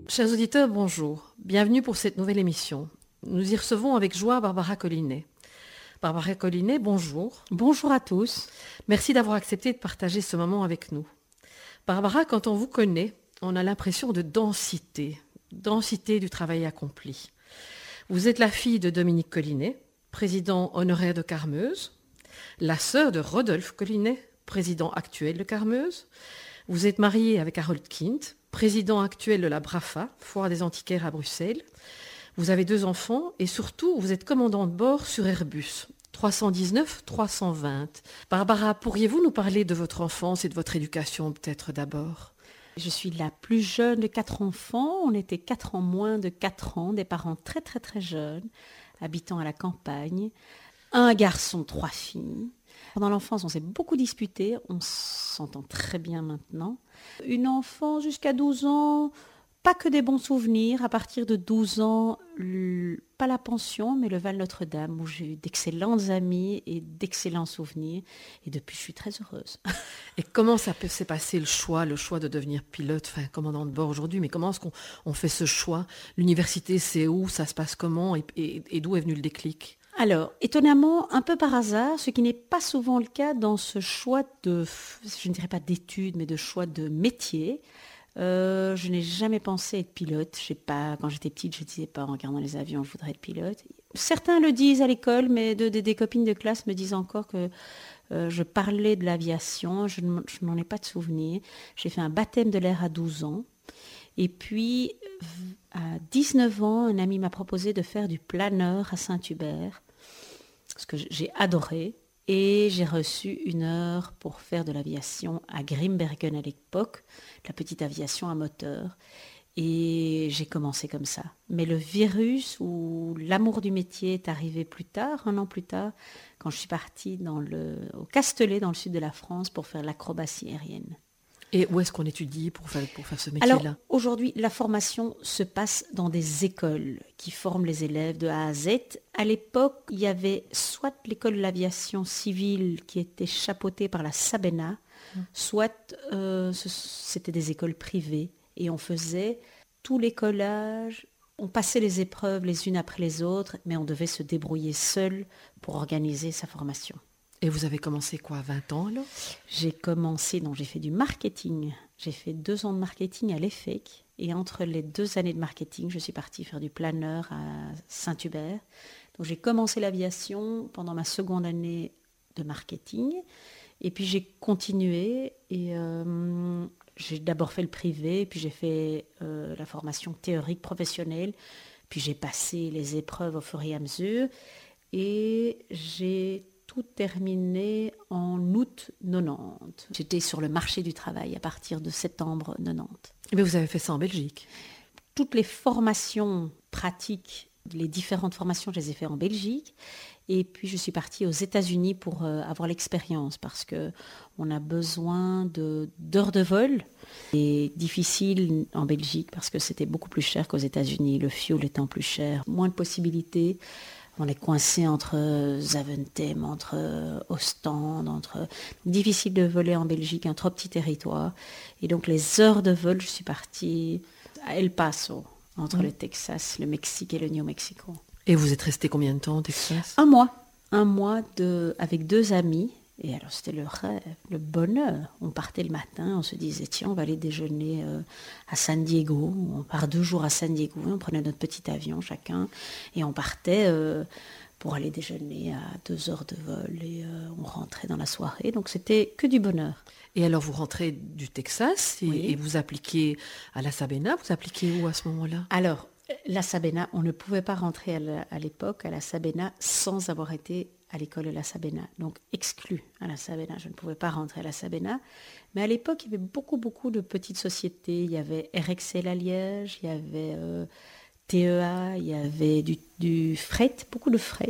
Chers auditeurs, bonjour. Bienvenue pour cette nouvelle émission. Nous y recevons avec joie Barbara Collinet. Barbara Collinet, bonjour. Bonjour à tous. Merci d'avoir accepté de partager ce moment avec nous. Barbara, quand on vous connaît, on a l'impression de densité du travail accompli. Vous êtes la fille de Dominique Collinet, président honoraire de Carmeuse, la sœur de Rodolphe Collinet, président actuel de Carmeuse. Vous êtes mariée avec Harold Kint, président actuel de la BRAFA, Foire des Antiquaires à Bruxelles. Vous avez 2 enfants et surtout, vous êtes commandant de bord sur Airbus 319-320. Barbara, pourriez-vous nous parler de votre enfance et de votre éducation peut-être d'abord ? Je suis la plus jeune de 4 enfants. On était 4 ans moins de 4 ans, des parents très très très jeunes, habitant à la campagne. Un garçon, 3 filles. Pendant l'enfance, on s'est beaucoup disputé, on s'entend très bien maintenant. Une enfance jusqu'à 12 ans, pas que des bons souvenirs. À partir de 12 ans, pas la pension, mais le Val-Notre-Dame, où j'ai eu d'excellentes amies et d'excellents souvenirs. Et depuis, je suis très heureuse. Et comment ça s'est passé le choix de devenir pilote, commandant de bord aujourd'hui, mais comment est-ce qu'on fait ce choix ? L'université, c'est où ? Ça se passe comment ? Et d'où est venu le déclic ? Alors, étonnamment, un peu par hasard, ce qui n'est pas souvent le cas dans ce choix je ne dirais pas d'études, mais de choix de métier. Je n'ai jamais pensé être pilote. Quand j'étais petite, je ne disais pas en regardant les avions, je voudrais être pilote. Certains le disent à l'école, mais des copines de classe me disent encore que je parlais de l'aviation. Je n'en ai pas de souvenir. J'ai fait un baptême de l'air à 12 ans. Et puis, à 19 ans, un ami m'a proposé de faire du planeur à Saint-Hubert, ce que j'ai adoré. Et j'ai reçu 1 heure pour faire de l'aviation à Grimbergen à l'époque, la petite aviation à moteur. Et j'ai commencé comme ça. Mais le virus ou l'amour du métier est arrivé plus tard, 1 an plus tard, quand je suis partie au Castellet, dans le sud de la France, pour faire l'acrobatie aérienne. Et où est-ce qu'on étudie pour faire ce métier-là ? Alors, aujourd'hui, la formation se passe dans des écoles qui forment les élèves de A à Z. À l'époque, il y avait soit l'école de l'aviation civile qui était chapeautée par la Sabena, soit c'était des écoles privées. Et on faisait tous les collages, on passait les épreuves les unes après les autres, mais on devait se débrouiller seul pour organiser sa formation. Et vous avez commencé quoi, à 20 ans alors ? J'ai fait du marketing. J'ai fait 2 ans de marketing à l'EFEC. Et entre les 2 années de marketing, je suis partie faire du planeur à Saint-Hubert. Donc j'ai commencé l'aviation pendant ma seconde année de marketing. Et puis j'ai continué et j'ai d'abord fait le privé, puis j'ai fait la formation théorique professionnelle. Puis j'ai passé les épreuves au fur et à mesure. Et j'ai tout terminé en août 90. J'étais sur le marché du travail à partir de septembre 90. Mais vous avez fait ça en Belgique ? Toutes les formations pratiques, les différentes formations, je les ai faites en Belgique. Et puis je suis partie aux États-Unis pour avoir l'expérience parce qu'on a besoin d'heures de vol. C'est difficile en Belgique parce que c'était beaucoup plus cher qu'aux États-Unis, le fuel étant plus cher, moins de possibilités. On est coincé entre Zaventem, entre Ostende, difficile de voler en Belgique, un trop petit territoire. Et donc les heures de vol, je suis partie à El Paso, entre le Texas, le Mexique et le New Mexico. Et vous êtes resté combien de temps au Texas ? 1 mois. 1 mois avec 2 amis. Et alors c'était le rêve, le bonheur. On partait le matin, on se disait tiens, on va aller déjeuner à San Diego. On part 2 jours à San Diego, on prenait notre petit avion chacun et on partait pour aller déjeuner à 2 heures de vol et on rentrait dans la soirée. Donc c'était que du bonheur. Et alors vous rentrez du Texas et vous appliquez à la Sabena. Vous appliquez où à ce moment-là ? Alors la Sabena, on ne pouvait pas rentrer à l'époque à la Sabena sans avoir été à l'école de la Sabena, donc exclue à la Sabena. Je ne pouvais pas rentrer à la Sabena. Mais à l'époque, il y avait beaucoup de petites sociétés. Il y avait RXL à Liège, il y avait TEA, il y avait du fret, beaucoup de fret.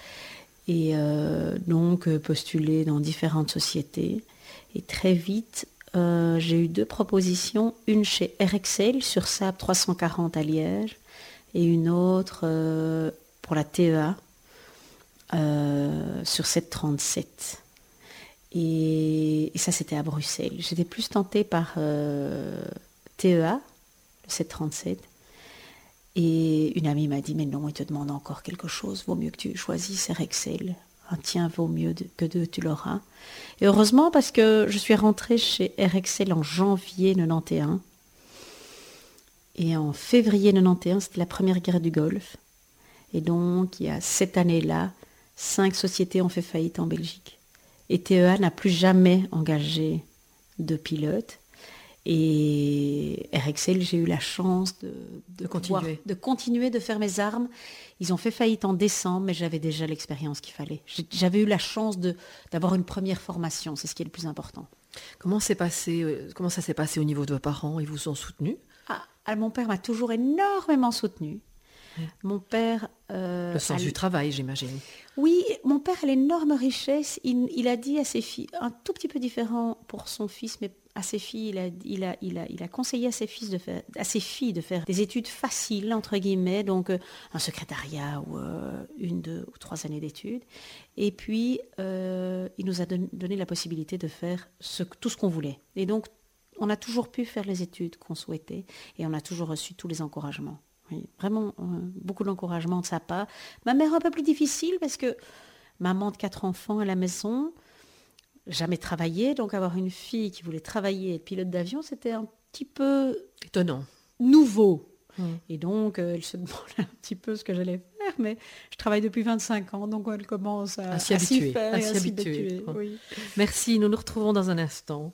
Et donc, postulé dans différentes sociétés. Et très vite, j'ai eu 2 propositions. Une chez RXL sur Saab 340 à Liège et une autre pour la TEA. Sur 737 et ça c'était à Bruxelles. J'étais plus tentée par TEA, le 737. Et une amie m'a dit, mais non, il te demande encore quelque chose, vaut mieux que tu choisisses Rexel. Un tien vaut mieux que deux, tu l'auras. Et heureusement, parce que je suis rentrée chez RXL en janvier 91. Et en février 91, c'était la première guerre du Golfe. Et donc, il y a cette année-là, 5 sociétés ont fait faillite en Belgique. Et TEA n'a plus jamais engagé de pilote. Et RXL, j'ai eu la chance de continuer de faire mes armes. Ils ont fait faillite en décembre, mais j'avais déjà l'expérience qu'il fallait. J'avais eu la chance d'avoir une première formation, c'est ce qui est le plus important. Comment ça s'est passé au niveau de vos parents? Ils vous ont soutenu? Mon père m'a toujours énormément soutenu. Mon père... le sens du travail, j'imagine. Oui, mon père a l'énorme richesse. Il a dit à ses filles, un tout petit peu différent pour son fils, mais à ses filles, il a conseillé à ses filles de faire des études faciles, entre guillemets, donc un secrétariat ou 1, 2 ou 3 années d'études. Et puis, il nous a donné la possibilité de faire tout ce qu'on voulait. Et donc, on a toujours pu faire les études qu'on souhaitait et on a toujours reçu tous les encouragements. Oui, vraiment, beaucoup d'encouragement de sa part. Ma mère, un peu plus difficile parce que maman de 4 enfants à la maison, jamais travaillé, donc avoir une fille qui voulait travailler et être pilote d'avion, c'était un petit peu étonnant, nouveau. Et donc, elle se demandait un petit peu ce que j'allais faire, mais je travaille depuis 25 ans, donc elle commence à s'y habituer. Oui. Merci, nous nous retrouvons dans un instant.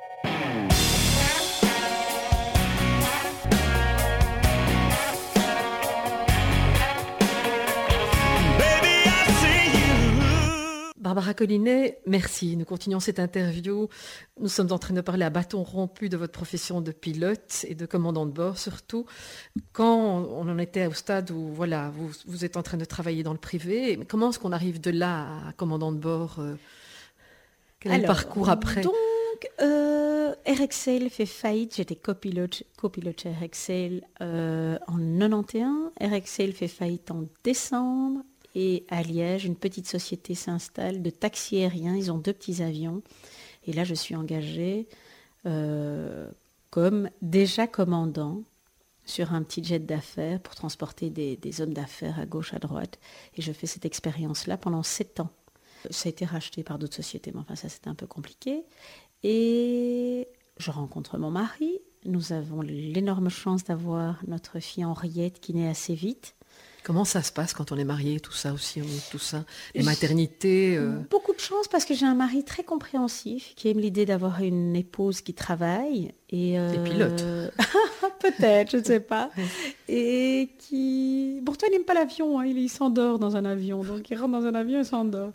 Barbara Collinet, merci. Nous continuons cette interview. Nous sommes en train de parler à bâton rompu de votre profession de pilote et de commandant de bord surtout. Quand on en était au stade où voilà, vous êtes en train de travailler dans le privé, comment est-ce qu'on arrive de là à commandant de bord? Quel est le parcours après? Donc, RXL fait faillite. J'étais copilote chez RXL en 91. RXL fait faillite en décembre. Et à Liège, une petite société s'installe de taxi aérien. Ils ont 2 petits avions. Et là, je suis engagée comme déjà commandant sur un petit jet d'affaires pour transporter des hommes d'affaires à gauche, à droite. Et je fais cette expérience-là pendant 7 ans. Ça a été racheté par d'autres sociétés, mais enfin ça, c'était un peu compliqué. Et je rencontre mon mari. Nous avons l'énorme chance d'avoir notre fille Henriette qui naît assez vite. Comment ça se passe quand on est marié, tout ça aussi, tout ça, les maternités Beaucoup de chance parce que j'ai un mari très compréhensif qui aime l'idée d'avoir une épouse qui travaille. Et pilote. Peut-être, je ne sais pas. Et qui... Pourtant, il n'aime pas l'avion, hein. Il s'endort dans un avion. Donc, il rentre dans un avion et s'endort.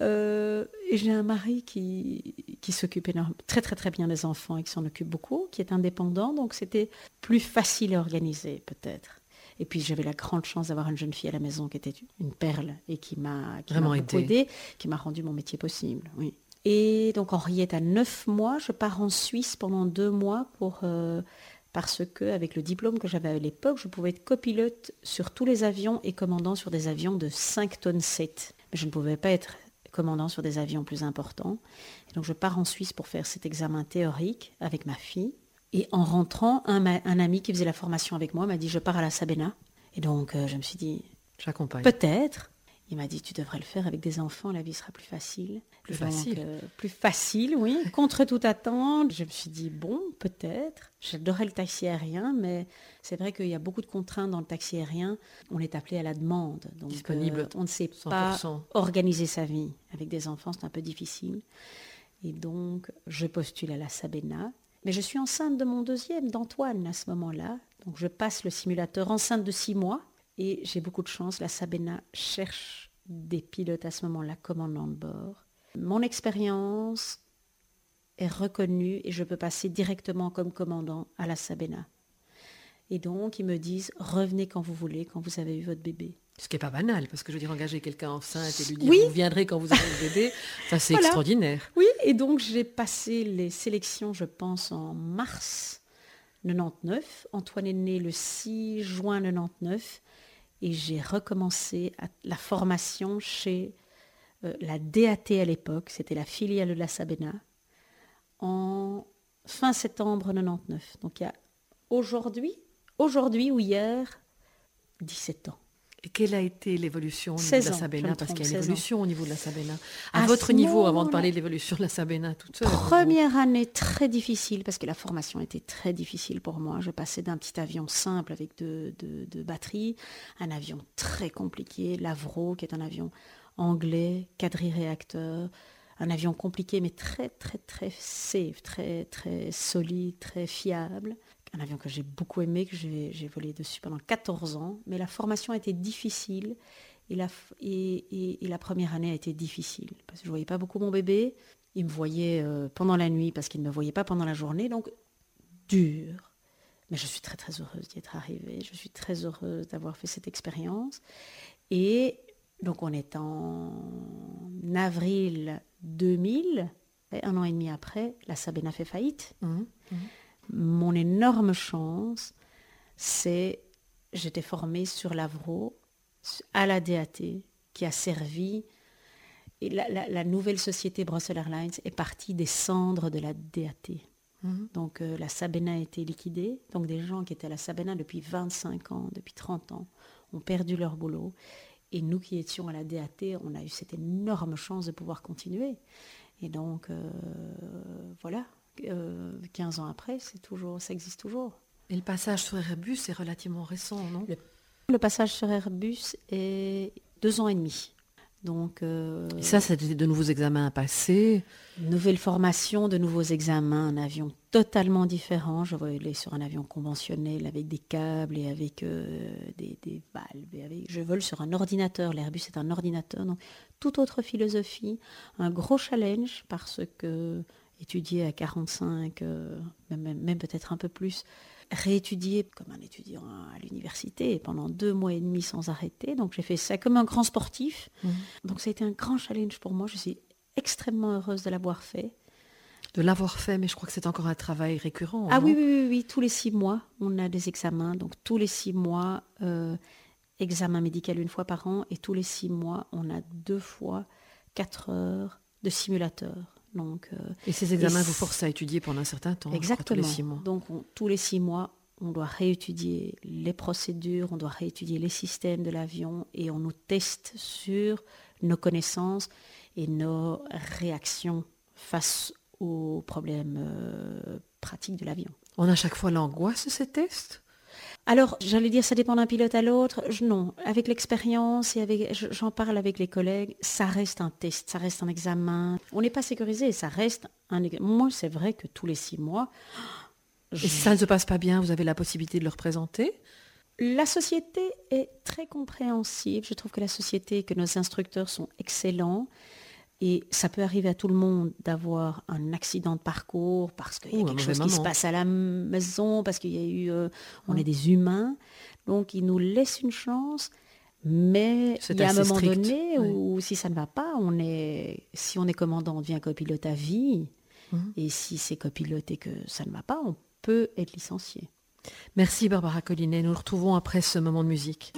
Et j'ai un mari qui s'occupe très, très, très bien des enfants et qui s'en occupe beaucoup, qui est indépendant. Donc, c'était plus facile à organiser, peut-être. Et puis j'avais la grande chance d'avoir une jeune fille à la maison qui était une perle et qui m'a beaucoup aidée, qui m'a rendu mon métier possible. Oui. Et donc Henriette a 9 mois, je pars en Suisse pendant 2 mois parce que avec le diplôme que j'avais à l'époque, je pouvais être copilote sur tous les avions et commandant sur des avions de 5 tonnes 7. Mais je ne pouvais pas être commandant sur des avions plus importants. Et donc je pars en Suisse pour faire cet examen théorique avec ma fille. Et en rentrant, un ami qui faisait la formation avec moi m'a dit « Je pars à la Sabena ». Et donc, je me suis dit « J'accompagne ». Peut-être. Il m'a dit « Tu devrais le faire avec des enfants, la vie sera plus facile ». Plus facile. Plus facile, oui. Contre toute attente. Je me suis dit « Bon, peut-être ». J'adorais le taxi aérien, mais c'est vrai qu'il y a beaucoup de contraintes dans le taxi aérien. On est appelé à la demande. Donc, disponible on ne sait 100%. pas organiser sa vie. Avec des enfants, c'est un peu difficile. Et donc, je postule à la Sabena. Mais je suis enceinte de mon deuxième, d'Antoine, à ce moment-là. Donc je passe le simulateur enceinte de 6 mois. Et j'ai beaucoup de chance. La Sabena cherche des pilotes à ce moment-là, commandant de bord. Mon expérience est reconnue et je peux passer directement comme commandant à la Sabena. Et donc, ils me disent, revenez quand vous voulez, quand vous avez eu votre bébé. Ce qui n'est pas banal, parce que je veux dire, engager quelqu'un enceinte et lui dire, oui. Vous viendrez quand vous avez le bébé, ça c'est voilà. Extraordinaire. Oui, et donc j'ai passé les sélections, je pense, en mars 99. Antoine est né le 6 juin 99. Et j'ai recommencé la formation chez la DAT à l'époque, c'était la filiale de la Sabena, en fin septembre 99. Donc il y a aujourd'hui, aujourd'hui ou hier, 17 ans. Et quelle a été l'évolution au niveau 16 de la ans, Sabena? je me Parce qu'il y a trompe, une 16 évolution au niveau de la Sabena. À À votre ce niveau, avant de moment-là- parler de l'évolution de la Sabena toute seule. Première année très difficile parce que la formation était très difficile pour moi. Je passais d'un petit avion simple avec deux batteries, un avion très compliqué, l'Avro qui est un avion anglais, quadri-réacteur, un avion compliqué mais très très très safe, très très solide, très fiable. Un avion que j'ai beaucoup aimé, que j'ai volé dessus pendant 14 ans, mais la formation était difficile. Et la première année a été difficile parce que je ne voyais pas beaucoup mon bébé. Il me voyait pendant la nuit parce qu'il ne me voyait pas pendant la journée. Donc, dur. Mais je suis très, très heureuse d'y être arrivée. Je suis très heureuse d'avoir fait cette expérience. Et donc, on est en avril 2000. Et un an et demi après, la Sabena fait faillite. Mon énorme chance, c'est j'étais formée sur l'Avro à la DAT, qui a servi. Et la nouvelle société Brussels Airlines est partie des cendres de la DAT. Donc la Sabena a été liquidée. Donc des gens qui étaient à la Sabena depuis 25 ans, depuis 30 ans, ont perdu leur boulot. Et nous qui étions à la DAT, on a eu cette énorme chance de pouvoir continuer. Et donc, voilà, 15 ans après, ça existe toujours. Et le passage sur Airbus est relativement récent, non? Le passage sur Airbus est 2 ans et demi. Donc, Et ça, c'était de nouveaux examens à passer. Nouvelle formation, de nouveaux examens, un avion totalement différent. Je volais sur un avion conventionnel avec des câbles et avec des valves. Je vole sur un ordinateur. L'Airbus est un ordinateur. Donc, toute autre philosophie. Un gros challenge parce que étudier à 45, même peut-être un peu plus, réétudier comme un étudiant à l'université pendant 2 mois et demi sans arrêter. Donc j'ai fait ça comme un grand sportif. Donc ça a été un grand challenge pour moi. Je suis extrêmement heureuse de l'avoir fait. De l'avoir fait, mais je crois que c'est encore un travail récurrent. Ah non? oui, tous les 6 mois, on a des examens. Donc tous les 6 mois, examen médical 1 fois par an. Et tous les 6 mois, on a 2 fois 4 heures de simulateur. Donc, et ces examens vous forcent à étudier pendant un certain temps. Exactement. Tous les 6 mois. Donc tous les 6 mois, on doit réétudier les procédures, on doit réétudier les systèmes de l'avion et on nous teste sur nos connaissances et nos réactions face aux problèmes pratiques de l'avion. On a chaque fois l'angoisse de ces tests? Alors, j'allais dire, ça dépend d'un pilote à l'autre. Non, avec l'expérience et j'en parle avec les collègues, ça reste un test, ça reste un examen. On n'est pas sécurisé, ça reste un examen. Moi, c'est vrai que tous les 6 mois... Et si ça ne se passe pas bien, vous avez la possibilité de le représenter? La société est très compréhensive. Je trouve que la société, que nos instructeurs sont excellents. Et ça peut arriver à tout le monde d'avoir un accident de parcours parce qu'il y a quelque chose qui se passe à la maison, parce qu'il y a eu... on est des humains. Donc, ils nous laissent une chance. Mais il y a un moment donné où si ça ne va pas, si on est commandant, on devient copilote à vie. Et si c'est copilote et que ça ne va pas, on peut être licencié. Merci Barbara Collinet. Nous nous retrouvons après ce moment de musique.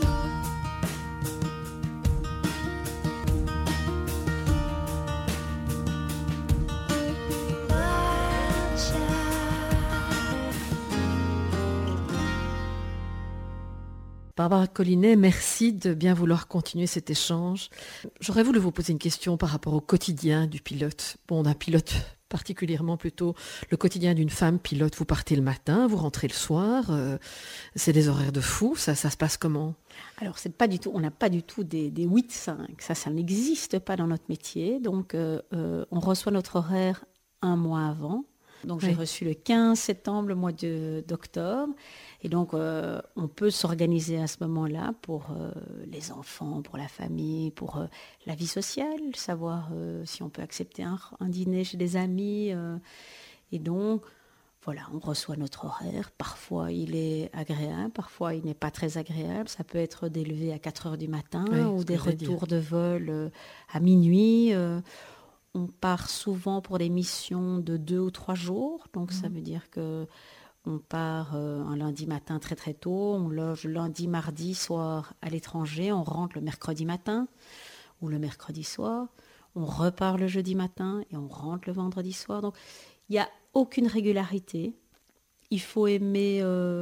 Barbara Collinet, merci de bien vouloir continuer cet échange. J'aurais voulu vous poser une question par rapport au quotidien du pilote. Bon, d'un pilote particulièrement plutôt le quotidien d'une femme pilote. Vous partez le matin, vous rentrez le soir. C'est des horaires de fou. Ça se passe comment? Alors, c'est pas du tout, on n'a pas du tout des 8-5. Ça n'existe pas dans notre métier. Donc, on reçoit notre horaire 1 mois avant. Donc, j'ai reçu le 15 septembre, le mois d'octobre. Et donc, on peut s'organiser à ce moment-là pour les enfants, pour la famille, pour la vie sociale, savoir si on peut accepter un dîner chez des amis. Et donc, voilà, on reçoit notre horaire. Parfois, il est agréable, parfois, il n'est pas très agréable. Ça peut être d'élever à 4 heures du matin ou des retours de vol à minuit. On part souvent pour des missions de 2 ou 3 jours. Donc, ça veut dire qu'on part un lundi matin très très tôt. On loge lundi, mardi soir à l'étranger. On rentre le mercredi matin ou le mercredi soir. On repart le jeudi matin et on rentre le vendredi soir. Donc, il n'y a aucune régularité. il faut aimer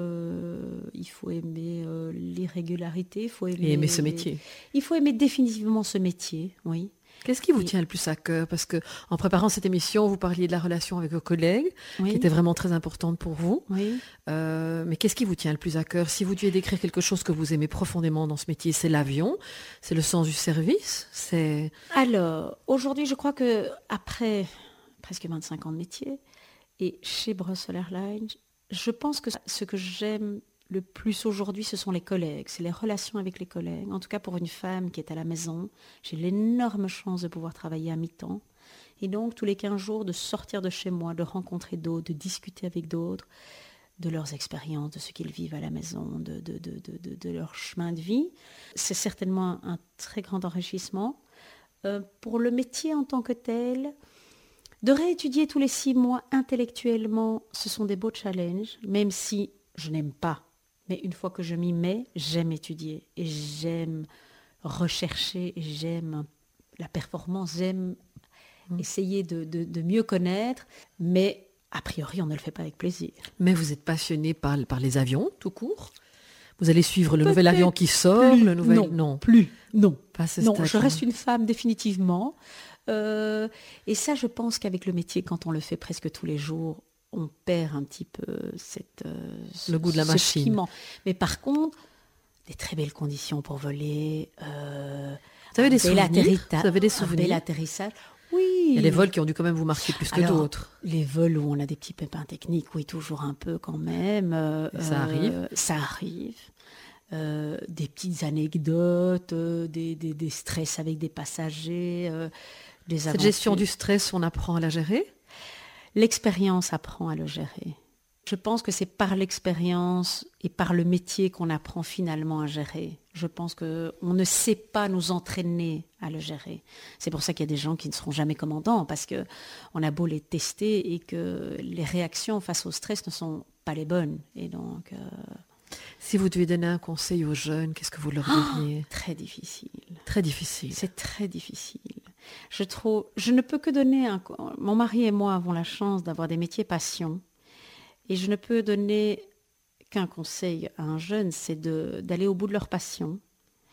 l'irrégularité, Et aimer ce métier. Il faut aimer définitivement ce métier, oui. Qu'est-ce qui vous tient le plus à cœur? Parce que en préparant cette émission, vous parliez de la relation avec vos collègues, qui était vraiment très importante pour vous. Oui. Mais qu'est-ce qui vous tient le plus à cœur? Si vous deviez décrire quelque chose que vous aimez profondément dans ce métier, c'est l'avion, c'est le sens du service, c'est... Alors, aujourd'hui, je crois que après presque 25 ans de métier, et chez Brussels Airlines, je pense que ce que j'aime le plus aujourd'hui, ce sont les collègues, c'est les relations avec les collègues. En tout cas, pour une femme qui est à la maison, j'ai l'énorme chance de pouvoir travailler à mi-temps. Et donc, tous les 15 jours, de sortir de chez moi, de rencontrer d'autres, de discuter avec d'autres, de leurs expériences, de ce qu'ils vivent à la maison, de leur chemin de vie. C'est certainement un très grand enrichissement. Pour le métier en tant que tel, de réétudier tous les 6 mois intellectuellement, ce sont des beaux challenges, même si je n'aime pas. Mais une fois que je m'y mets, j'aime étudier et j'aime rechercher, et j'aime la performance, j'aime essayer de mieux connaître, mais a priori, on ne le fait pas avec plaisir. Mais vous êtes passionné par les avions, tout court? Vous allez suivre le nouvel avion qui sort, le nouvel... Non. Pas ce Non, stade. je reste une femme définitivement. Et ça, je pense qu'avec le métier, quand on le fait presque tous les jours, on perd un petit peu le goût de la machine. Piment. Mais par contre, des très belles conditions pour voler. Vous avez des souvenirs? Vous avez des souvenirs? Un bel atterrissage. Oui. Il y a des vols qui ont dû quand même vous marquer plus que d'autres. Les vols où on a des petits pépins techniques, oui, toujours un peu quand même. Ça arrive. Ça arrive. Des petites anecdotes, des stress avec des passagers, des aventures. Cette gestion du stress, on apprend à la gérer? L'expérience apprend à le gérer. Je pense que c'est par l'expérience et par le métier qu'on apprend finalement à gérer. Je pense qu'on ne sait pas nous entraîner à le gérer. C'est pour ça qu'il y a des gens qui ne seront jamais commandants, parce qu'on a beau les tester et que les réactions face au stress ne sont pas les bonnes. Et donc... Si vous deviez donner un conseil aux jeunes, qu'est-ce que vous leur diriez? Très difficile. Très difficile. C'est très difficile. Je ne peux que donner mon mari et moi avons la chance d'avoir des métiers passion. Et je ne peux donner qu'un conseil à un jeune, c'est d'aller au bout de leur passion.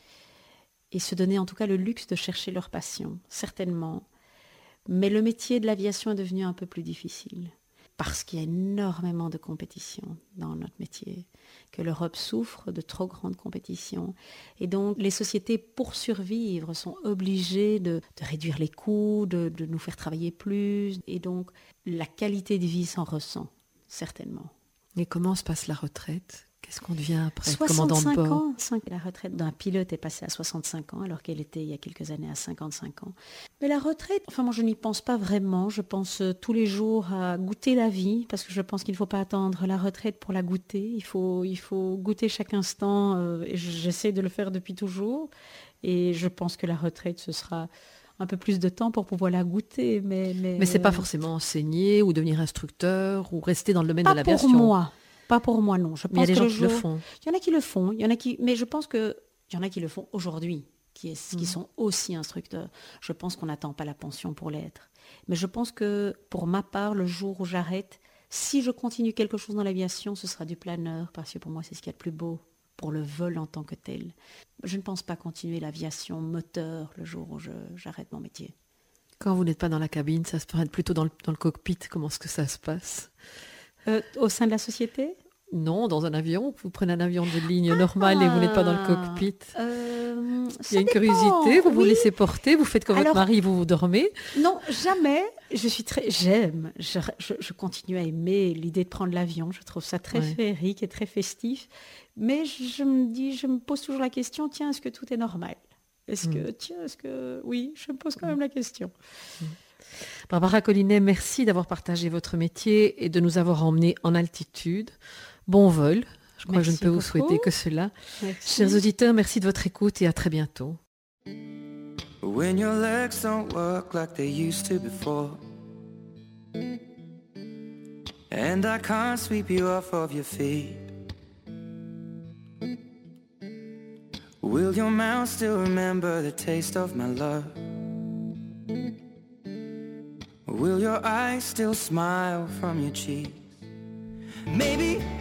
Et se donner en tout cas le luxe de chercher leur passion, certainement. Mais le métier de l'aviation est devenu un peu plus difficile. Parce qu'il y a énormément de compétition dans notre métier, que l'Europe souffre de trop grandes compétitions. Et donc, les sociétés, pour survivre, sont obligées de réduire les coûts, de nous faire travailler plus. Et donc, la qualité de vie s'en ressent, certainement. Et comment se passe la retraite? Qu'est-ce qu'on devient après, commandant de bord? 65 ans. La retraite d'un pilote est passée à 65 ans, alors qu'elle était il y a quelques années à 55 ans. Mais la retraite, moi je n'y pense pas vraiment. Je pense tous les jours à goûter la vie, parce que je pense qu'il ne faut pas attendre la retraite pour la goûter. Il faut goûter chaque instant, et j'essaie de le faire depuis toujours. Et je pense que la retraite, ce sera un peu plus de temps pour pouvoir la goûter. Mais c'est pas forcément enseigner ou devenir instructeur ou rester dans le domaine de l'aviation. Pas pour moi, non. Je pense il y a des gens qui le font. Il y en a qui le font, mais je pense qu'il y en a qui le font aujourd'hui, qui sont aussi instructeurs. Je pense qu'on n'attend pas la pension pour l'être. Mais je pense que, pour ma part, le jour où j'arrête, si je continue quelque chose dans l'aviation, ce sera du planeur, parce que pour moi, c'est ce qu'il y a de plus beau pour le vol en tant que tel. Je ne pense pas continuer l'aviation moteur le jour où j'arrête mon métier. Quand vous n'êtes pas dans la cabine, ça se passe plutôt dans le cockpit. Comment est-ce que ça se passe? Au sein de la société? Non, dans un avion. Vous prenez un avion de ligne normale et vous n'êtes pas dans le cockpit. Il y a une curiosité, vous vous laissez porter, vous faites comme votre mari, vous dormez? Non, jamais. Je continue à aimer l'idée de prendre l'avion. Je trouve ça très féerique et très festif. Mais je me pose toujours la question, tiens, est-ce que tout est normal? Oui, je me pose quand même la question. Barbara Collinet, merci d'avoir partagé votre métier et de nous avoir emmenés en altitude. Bon vol, je crois que je ne peux vous souhaiter que cela. Merci. Chers auditeurs, merci de votre écoute et à très bientôt. When your legs don't work like they used to before, and I can't sweep you off of your feet, will your mouth still remember the taste of my love? Will your eyes still smile from your cheeks? Maybe